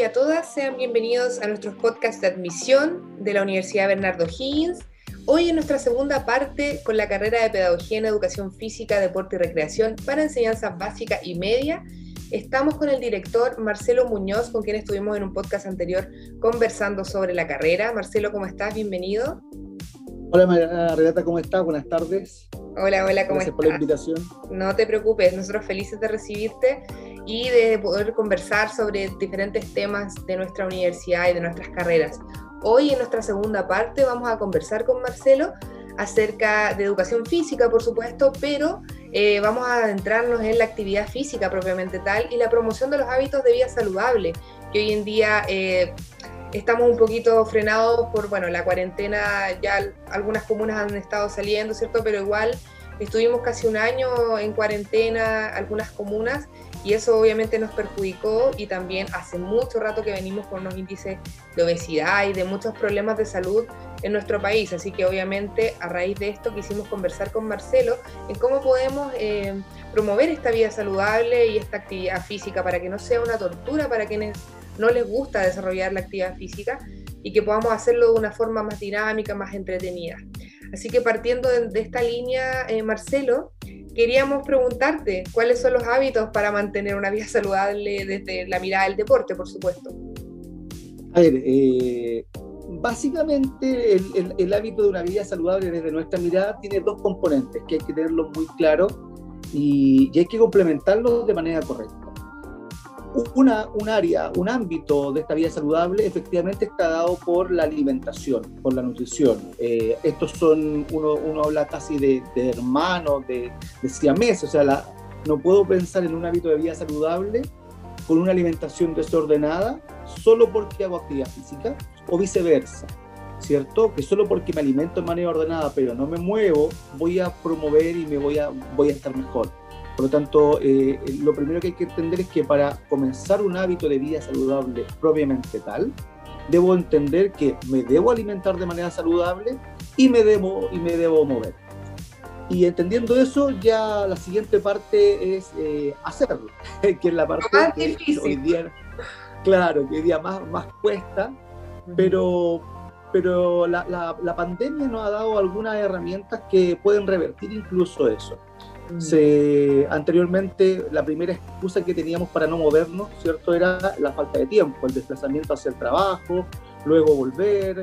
a todas, sean bienvenidos a nuestros podcasts de admisión de la Universidad Bernardo Higgins. Hoy en nuestra segunda parte con la carrera de Pedagogía en Educación Física, Deporte y Recreación para enseñanza básica y media. Estamos con el director Marcelo Muñoz, con quien estuvimos en un podcast anterior conversando sobre la carrera. Marcelo, ¿cómo estás? Bienvenido. Hola Renata, ¿cómo estás? Buenas tardes. Hola, ¿cómo estás? Gracias por la invitación. No te preocupes, nosotros felices de recibirte y de poder conversar sobre diferentes temas de nuestra universidad y de nuestras carreras. Hoy en nuestra segunda parte vamos a conversar con Marcelo acerca de educación física, por supuesto, pero vamos a adentrarnos en la actividad física propiamente tal y la promoción de los hábitos de vida saludable, que hoy en día estamos un poquito frenados por, la cuarentena. Ya algunas comunas han estado saliendo, ¿cierto? Pero igual estuvimos casi un año en cuarentena, algunas comunas, y eso obviamente nos perjudicó, y también hace mucho rato que venimos con unos índices de obesidad y de muchos problemas de salud en nuestro país. Así que obviamente a raíz de esto quisimos conversar con Marcelo en cómo podemos promover esta vida saludable y esta actividad física para que no sea una tortura para quienes no les gusta desarrollar la actividad física y que podamos hacerlo de una forma más dinámica, más entretenida. Así que partiendo de esta línea, Marcelo, queríamos preguntarte cuáles son los hábitos para mantener una vida saludable desde la mirada del deporte, por supuesto. A ver, básicamente el hábito de una vida saludable desde nuestra mirada tiene dos componentes que hay que tenerlos muy claros y hay que complementarlos de manera correcta. Un ámbito de esta vida saludable efectivamente está dado por la alimentación, por la nutrición. Estos son, uno habla casi de hermanos, de siameses, o sea, no puedo pensar en un hábito de vida saludable con una alimentación desordenada solo porque hago actividad física, o viceversa, ¿cierto? Que solo porque me alimento de manera ordenada pero no me muevo, voy a promover y voy a estar mejor. Por lo tanto, lo primero que hay que entender es que para comenzar un hábito de vida saludable propiamente tal, debo entender que me debo alimentar de manera saludable y me debo mover. Y entendiendo eso, ya la siguiente parte es hacerlo, que es la parte que hoy día, claro, que hoy día más cuesta, pero la pandemia nos ha dado algunas herramientas que pueden revertir incluso eso. Anteriormente la primera excusa que teníamos para no movernos, ¿cierto?, era la falta de tiempo, el desplazamiento hacia el trabajo, luego volver,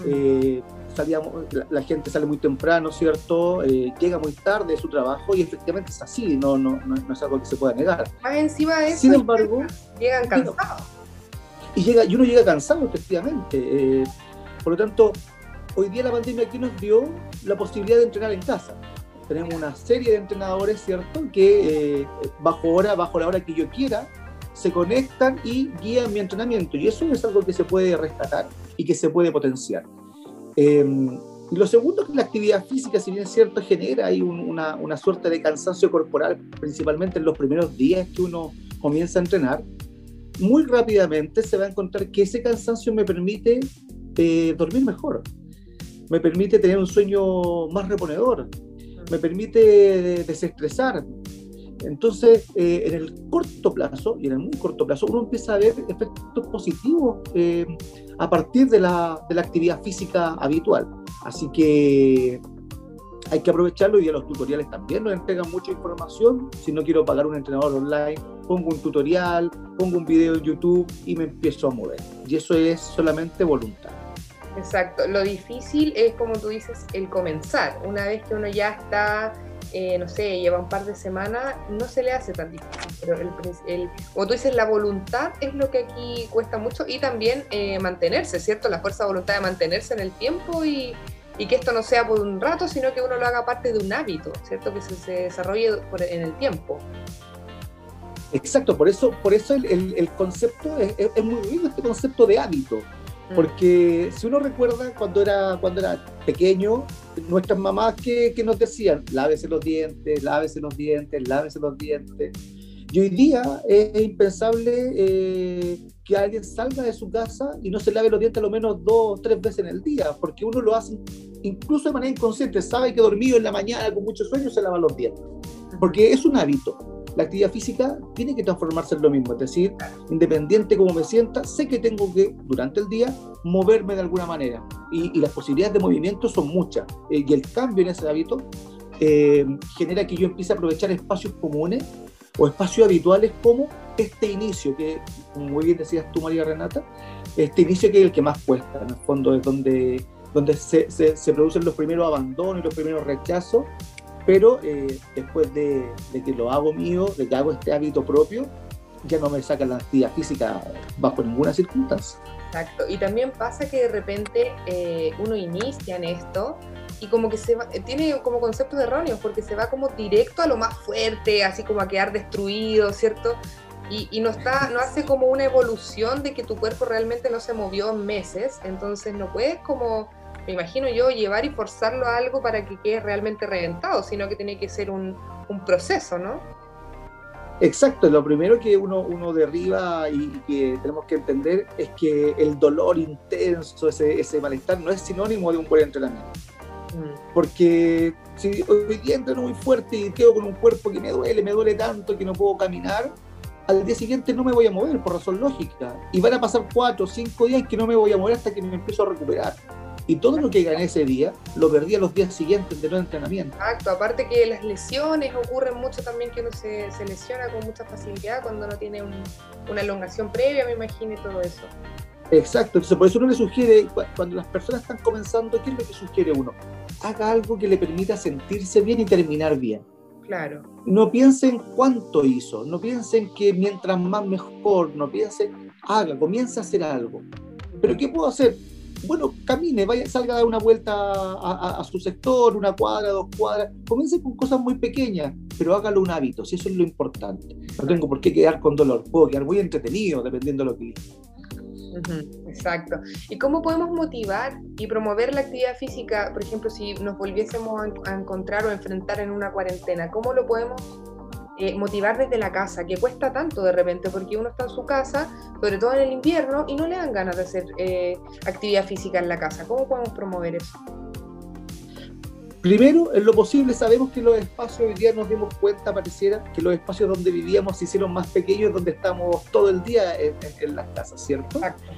la gente sale muy temprano, ¿cierto?, llega muy tarde de su trabajo, y efectivamente es así, no es algo que se pueda negar. Más encima de eso, sin embargo, llegan cansados. Y uno llega cansado, efectivamente. Por lo tanto, hoy día la pandemia aquí nos dio la posibilidad de entrenar en casa. Tenemos una serie de entrenadores, ¿cierto?, que bajo la hora que yo quiera, se conectan y guían mi entrenamiento. Y eso es algo que se puede rescatar y que se puede potenciar. Y lo segundo es que la actividad física, si bien es cierto, genera ahí una suerte de cansancio corporal, principalmente en los primeros días que uno comienza a entrenar, muy rápidamente se va a encontrar que ese cansancio me permite dormir mejor, me permite tener un sueño más reponedor, me permite desestresar. Entonces, en el corto plazo y en el muy corto plazo, uno empieza a ver efectos positivos a partir de la actividad física habitual. Así que hay que aprovecharlo, y los tutoriales también nos entregan mucha información. Si no quiero pagar un entrenador online, pongo un tutorial, pongo un video en YouTube y me empiezo a mover. Y eso es solamente voluntad. Exacto, lo difícil es, como tú dices, el comenzar. Una vez que uno ya está, lleva un par de semanas, no se le hace tan difícil, pero como tú dices, la voluntad es lo que aquí cuesta mucho, y también mantenerse, ¿cierto? La fuerza de voluntad de mantenerse en el tiempo y que esto no sea por un rato, sino que uno lo haga parte de un hábito, ¿cierto? Que se desarrolle en el tiempo. Exacto, por eso el concepto es muy lindo, este concepto de hábito. Porque si uno recuerda cuando era pequeño, nuestras mamás que nos decían: lávese los dientes, lávese los dientes, lávese los dientes. Y hoy día es impensable que alguien salga de su casa y no se lave los dientes a lo menos 2 o 3 veces en el día, porque uno lo hace incluso de manera inconsciente, sabe que dormido en la mañana con mucho sueño se lava los dientes, porque es un hábito. la actividad física tiene que transformarse en lo mismo, es decir, independiente cómo me sienta, sé que tengo que, durante el día, moverme de alguna manera, y las posibilidades de movimiento son muchas, y el cambio en ese hábito genera que yo empiece a aprovechar espacios comunes o espacios habituales como este inicio, que como muy bien decías tú, María Renata, este inicio que es el que más cuesta, en el fondo es donde se producen los primeros abandonos y los primeros rechazos, pero después de que lo hago mío, de que hago este hábito propio, ya no me sacan la actividad física bajo ninguna circunstancia. Exacto, y también pasa que de repente uno inicia en esto y como que tiene como conceptos erróneos, porque se va como directo a lo más fuerte, así como a quedar destruido, ¿cierto? Y no hace como una evolución de que tu cuerpo realmente no se movió en meses, entonces no puedes como, me imagino yo, llevar y forzarlo a algo para que quede realmente reventado, sino que tiene que ser un proceso, ¿no? Exacto, lo primero que uno derriba y que tenemos que entender es que el dolor intenso, ese malestar, no es sinónimo de un buen entrenamiento. Porque si hoy día entreno muy fuerte y quedo con un cuerpo que me duele tanto que no puedo caminar, al día siguiente no me voy a mover por razón lógica. Y van a pasar 4 o 5 días que no me voy a mover hasta que me empiezo a recuperar. Y todo lo que gané ese día, lo perdí a los días siguientes de no entrenamiento. Exacto, aparte que las lesiones ocurren mucho también, que uno se lesiona con mucha facilidad cuando no tiene una elongación previa, me imagino, y todo eso. Exacto, entonces por eso uno le sugiere, cuando las personas están comenzando, ¿qué es lo que sugiere uno? Haga algo que le permita sentirse bien y terminar bien. Claro. No piensen cuánto hizo, no piensen que mientras más mejor, no piensen, comienza a hacer algo. ¿Pero qué puedo hacer? Bueno, camine, salga a dar una vuelta a su sector, 1 cuadra, 2 cuadras, comience con cosas muy pequeñas, pero hágalo un hábito, si eso es lo importante. No tengo por qué quedar con dolor, puedo quedar muy entretenido dependiendo de lo que hice. Exacto. ¿Y cómo podemos motivar y promover la actividad física? Por ejemplo, si nos volviésemos a encontrar o enfrentar en una cuarentena, ¿cómo lo podemos motivar desde la casa? Que cuesta tanto de repente, porque uno está en su casa, sobre todo en el invierno, y no le dan ganas de hacer actividad física en la casa. ¿Cómo podemos promover eso? Primero, en lo posible, sabemos que los espacios, hoy día nos dimos cuenta, pareciera, que los espacios donde vivíamos se hicieron más pequeños, donde estamos todo el día en las casas, ¿cierto?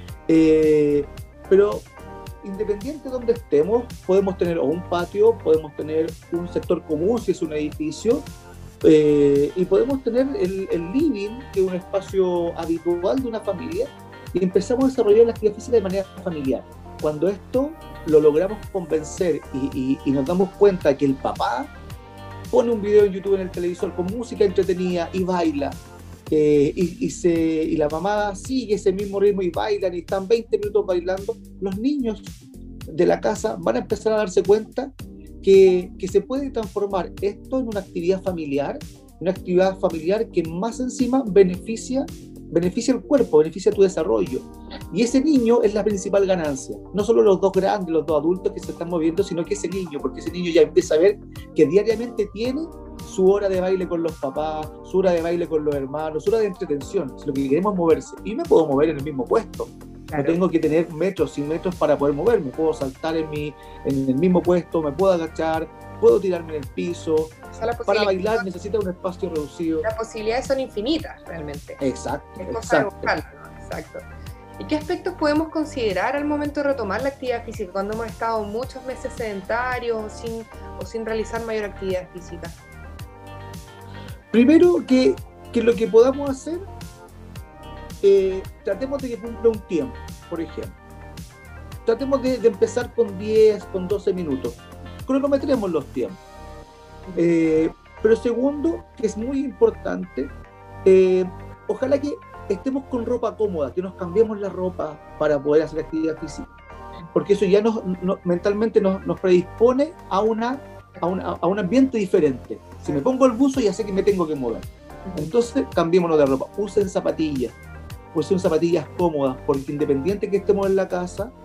Pero independiente de donde estemos, podemos tener o un patio, podemos tener un sector común si es un edificio, y podemos tener el living, que es un espacio habitual de una familia, y empezamos a desarrollar la actividad física de manera familiar. Cuando esto lo logramos convencer y nos damos cuenta que el papá pone un video en YouTube en el televisor con música entretenida y baila, y la mamá sigue ese mismo ritmo y bailan y están 20 minutos bailando, los niños de la casa van a empezar a darse cuenta que se puede transformar esto en una actividad familiar que más encima beneficia el cuerpo, beneficia tu desarrollo. Y ese niño es la principal ganancia. No solo los dos grandes, los dos adultos que se están moviendo, sino que ese niño, porque ese niño ya empieza a ver que diariamente tiene su hora de baile con los papás, su hora de baile con los hermanos, su hora de entretención. Si lo que queremos es moverse, y me puedo mover en el mismo puesto. Claro. No tengo que tener metros y metros para poder moverme. Puedo saltar en el mismo puesto, me puedo agachar, puedo tirarme en el piso. Para bailar necesita un espacio reducido. Las posibilidades son infinitas, realmente. Exacto. Es cosa de buscarlo, ¿no? Exacto. ¿Y qué aspectos podemos considerar al momento de retomar la actividad física cuando hemos estado muchos meses sedentarios o sin realizar mayor actividad física? Primero, que lo que podamos hacer, tratemos de que cumpla un tiempo, por ejemplo. Tratemos de empezar con 10, con 12 minutos. Cronometremos los tiempos. Pero segundo, que es muy importante, ojalá que estemos con ropa cómoda, que nos cambiemos la ropa para poder hacer actividad física, porque eso ya mentalmente nos predispone a un ambiente diferente. Si me pongo el buzo ya sé que me tengo que mover, entonces cambiémonos de ropa. Usen zapatillas cómodas, porque independiente que estemos en la casa,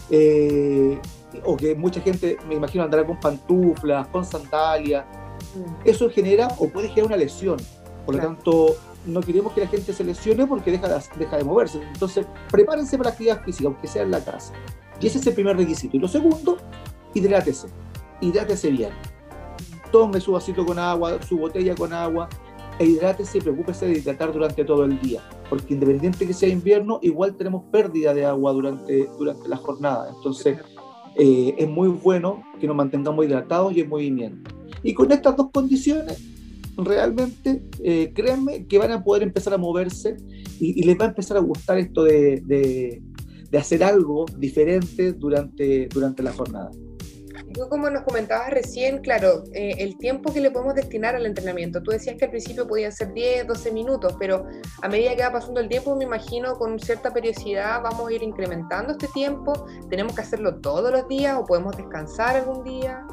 o que mucha gente, me imagino, andará con pantuflas, con sandalias, eso genera o puede generar una lesión. Por lo tanto, no queremos que la gente se lesione porque deja de moverse. Entonces, prepárense para la actividad física, aunque sea en la casa. Y ese es el primer requisito. Y lo segundo, hidrátese bien. Tome su vasito con agua, su botella con agua. hidrátese y preocúpese de hidratar durante todo el día, porque independiente que sea invierno, igual tenemos pérdida de agua durante la jornada. Entonces, es muy bueno que nos mantengamos hidratados y en movimiento. Y con estas dos condiciones, realmente, créanme que van a poder empezar a moverse y les va a empezar a gustar esto de hacer algo diferente durante la jornada. Tú, como nos comentabas recién, claro, el tiempo que le podemos destinar al entrenamiento. Tú decías que al principio podían ser 10, 12 minutos, pero a medida que va pasando el tiempo, me imagino con cierta periodicidad vamos a ir incrementando este tiempo. ¿Tenemos que hacerlo todos los días o podemos descansar algún día?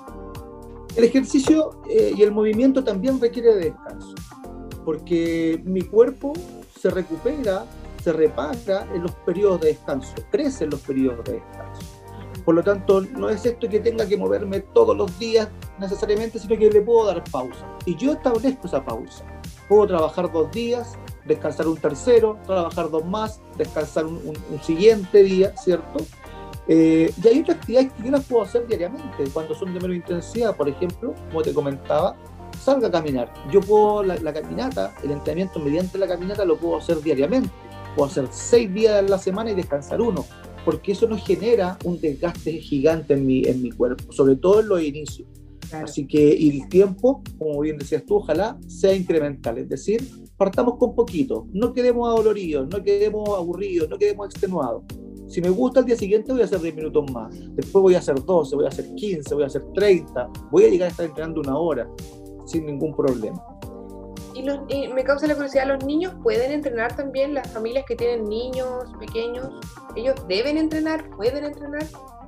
El ejercicio y el movimiento también requiere de descanso, porque mi cuerpo se recupera, se repara en los periodos de descanso, crece en los periodos de descanso. Por lo tanto, no es esto que tenga que moverme todos los días necesariamente, sino que le puedo dar pausa. Y yo establezco esa pausa. Puedo trabajar 2 días, descansar un tercero, trabajar 2 más, descansar un siguiente día, ¿cierto? Y hay otras actividades que yo las puedo hacer diariamente, cuando son de menor intensidad. Por ejemplo, como te comentaba, salga a caminar. Yo puedo, la caminata, el entrenamiento mediante la caminata lo puedo hacer diariamente. Puedo hacer 6 días a la semana y descansar 1. Porque eso nos genera un desgaste gigante en mi cuerpo, sobre todo en los inicios. Claro. Así que, y el tiempo, como bien decías tú, ojalá sea incremental, es decir, partamos con poquito, no quedemos adoloridos, no quedemos aburridos, no quedemos extenuados. Si me gusta, el día siguiente voy a hacer 10 minutos más, después voy a hacer 12, voy a hacer 15, voy a hacer 30, voy a llegar a estar entrenando 1 hora, sin ningún problema. Y me causa la curiosidad, ¿los niños pueden entrenar también? Las familias que tienen niños pequeños, ¿ellos deben entrenar? ¿Pueden entrenar?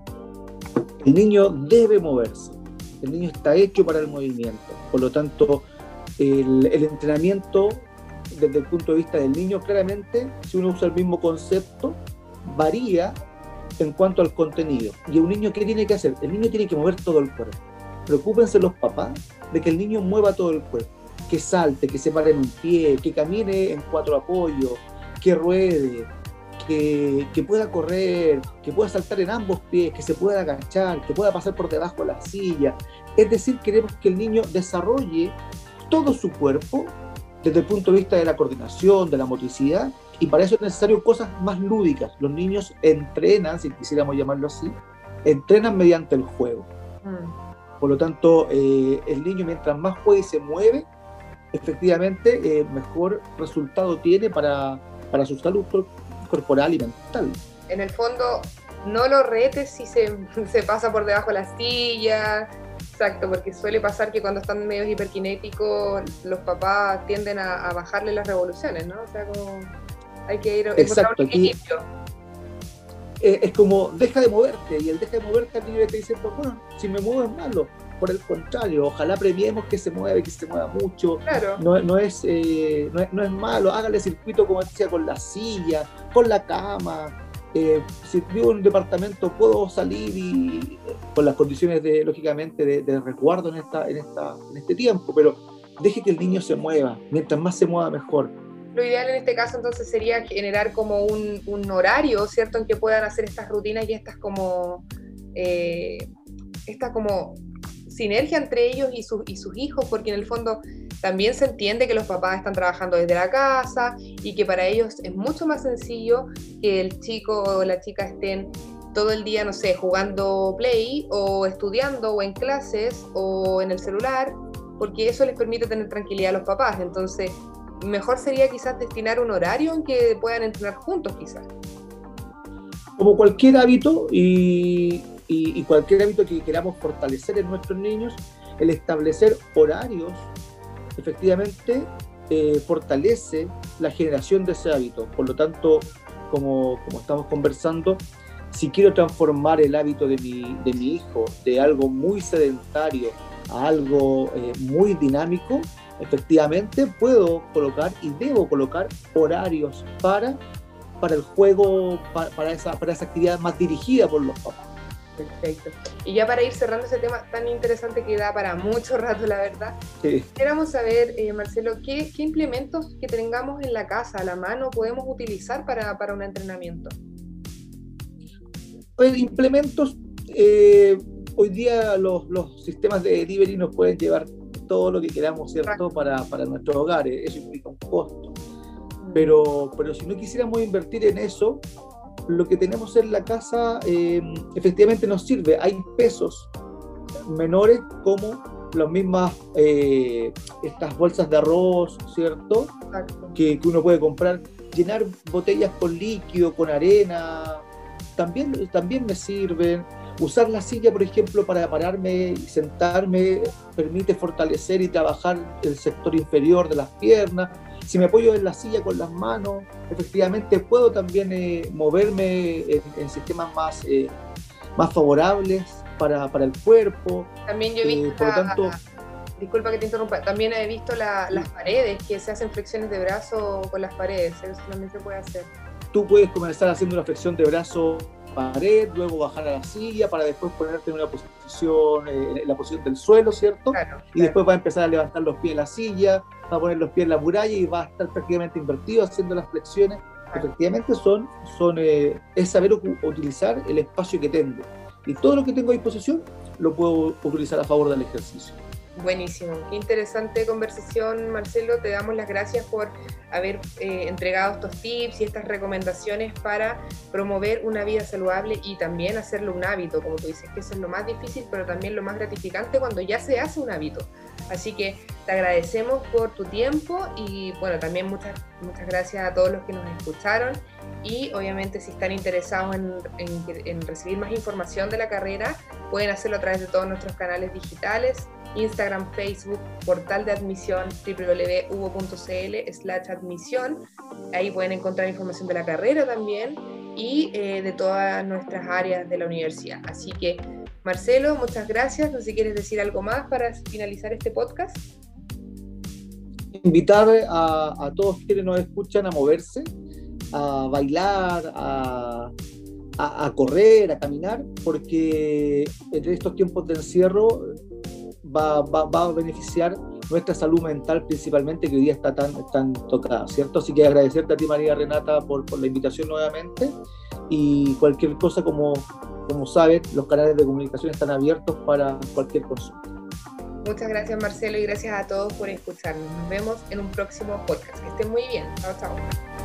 El niño debe moverse, el niño está hecho para el movimiento, por lo tanto, el entrenamiento desde el punto de vista del niño, claramente, si uno usa el mismo concepto, varía en cuanto al contenido. ¿Y un niño qué tiene que hacer? El niño tiene que mover todo el cuerpo. Preocúpense los papás de que el niño mueva todo el cuerpo, que salte, que se pare en un pie, que camine en 4 apoyos, que ruede, que pueda correr, que pueda saltar en ambos pies, que se pueda agachar, que pueda pasar por debajo de la silla. Es decir, queremos que el niño desarrolle todo su cuerpo desde el punto de vista de la coordinación, de la motricidad, y para eso es necesario cosas más lúdicas. Los niños entrenan, si quisiéramos llamarlo así, entrenan mediante el juego. Por lo tanto, el niño mientras más juega y se mueve, efectivamente, mejor resultado tiene para su salud corporal y mental. En el fondo, no lo retes si se pasa por debajo de la silla. Exacto, porque suele pasar que cuando están medios hiperkinéticos, los papás tienden a bajarle las revoluciones, ¿no? O sea, como hay que ir a encontrar un equilibrio. Es como, deja de moverte, y el deja de moverte al niño le está diciendo, bueno, si me muevo es malo. Por el contrario, ojalá premiemos que se mueva mucho. Claro. No es malo, hágale circuito, como decía, con la silla, con la cama. Si vivo en un departamento puedo salir y con las condiciones lógicamente de resguardo en este tiempo, pero deje que el niño se mueva, mientras más se mueva mejor. Lo ideal en este caso entonces sería generar como un horario, ¿cierto?, en que puedan hacer estas rutinas y esta como sinergia entre ellos y sus hijos, porque en el fondo también se entiende que los papás están trabajando desde la casa y que para ellos es mucho más sencillo que el chico o la chica estén todo el día, no sé, jugando play o estudiando o en clases o en el celular, porque eso les permite tener tranquilidad a los papás. Entonces, mejor sería quizás destinar un horario en que puedan entrenar juntos, quizás. Como cualquier hábito y cualquier hábito que queramos fortalecer en nuestros niños, el establecer horarios efectivamente fortalece la generación de ese hábito. Por lo tanto, como estamos conversando, si quiero transformar el hábito de mi hijo de algo muy sedentario a algo muy dinámico, efectivamente puedo colocar y debo colocar horarios para el juego, para esa actividad más dirigida por los papás. Perfecto. Y ya para ir cerrando ese tema tan interesante que da para mucho rato, la verdad, sí. Queremos saber, Marcelo, ¿qué implementos que tengamos en la casa a la mano podemos utilizar para un entrenamiento? Pues implementos, hoy día los sistemas de delivery nos pueden llevar todo lo que queramos, ¿cierto? Para nuestros hogares. Eso implica un costo. Pero si no quisiéramos invertir en eso, lo que tenemos en la casa efectivamente nos sirve. Hay pesos menores como las mismas, estas bolsas de arroz, ¿cierto? Que uno puede comprar, llenar botellas con líquido, con arena, también me sirven. Usar la silla, por ejemplo, para pararme y sentarme, permite fortalecer y trabajar el sector inferior de las piernas. Si me apoyo en la silla con las manos, efectivamente puedo también moverme en sistemas más favorables para el cuerpo. También yo he visto, por lo tanto, disculpa que te interrumpa, también he visto las paredes, que se hacen flexiones de brazo con las paredes, eso también se puede hacer. Tú puedes comenzar haciendo una flexión de brazo pared, luego bajar a la silla para después ponerte en una posición, en la posición del suelo, ¿cierto? Claro. Después vas a empezar a levantar los pies en la silla, vas a poner los pies en la muralla y vas a estar prácticamente invertido haciendo las flexiones. Claro. Efectivamente es saber utilizar el espacio que tengo. Y todo lo que tengo a disposición lo puedo utilizar a favor del ejercicio. Buenísimo, qué interesante conversación, Marcelo. Te damos las gracias por haber entregado estos tips y estas recomendaciones para promover una vida saludable y también hacerlo un hábito, como tú dices, que eso es lo más difícil, pero también lo más gratificante cuando ya se hace un hábito. Así que te agradecemos por tu tiempo y bueno, también muchas gracias a todos los que nos escucharon y obviamente si están interesados en recibir más información de la carrera, pueden hacerlo a través de todos nuestros canales digitales, Instagram, Facebook, portal de admisión www.hugo.cl/admisión. Ahí pueden encontrar información de la carrera también y de todas nuestras áreas de la universidad. Así que, Marcelo, muchas gracias. No sé si quieres decir algo más para finalizar este podcast. Invitar a todos quienes nos escuchan a moverse, a bailar, a correr, a caminar, porque en estos tiempos de encierro va a beneficiar nuestra salud mental principalmente, que hoy día está tan tocada, ¿cierto? Así que agradecerte a ti, María Renata, por la invitación nuevamente, y cualquier cosa, como sabes, los canales de comunicación están abiertos para cualquier consulta. Muchas gracias, Marcelo, y gracias a todos por escucharnos. Nos vemos en un próximo podcast. Que estén muy bien. Chao, chao.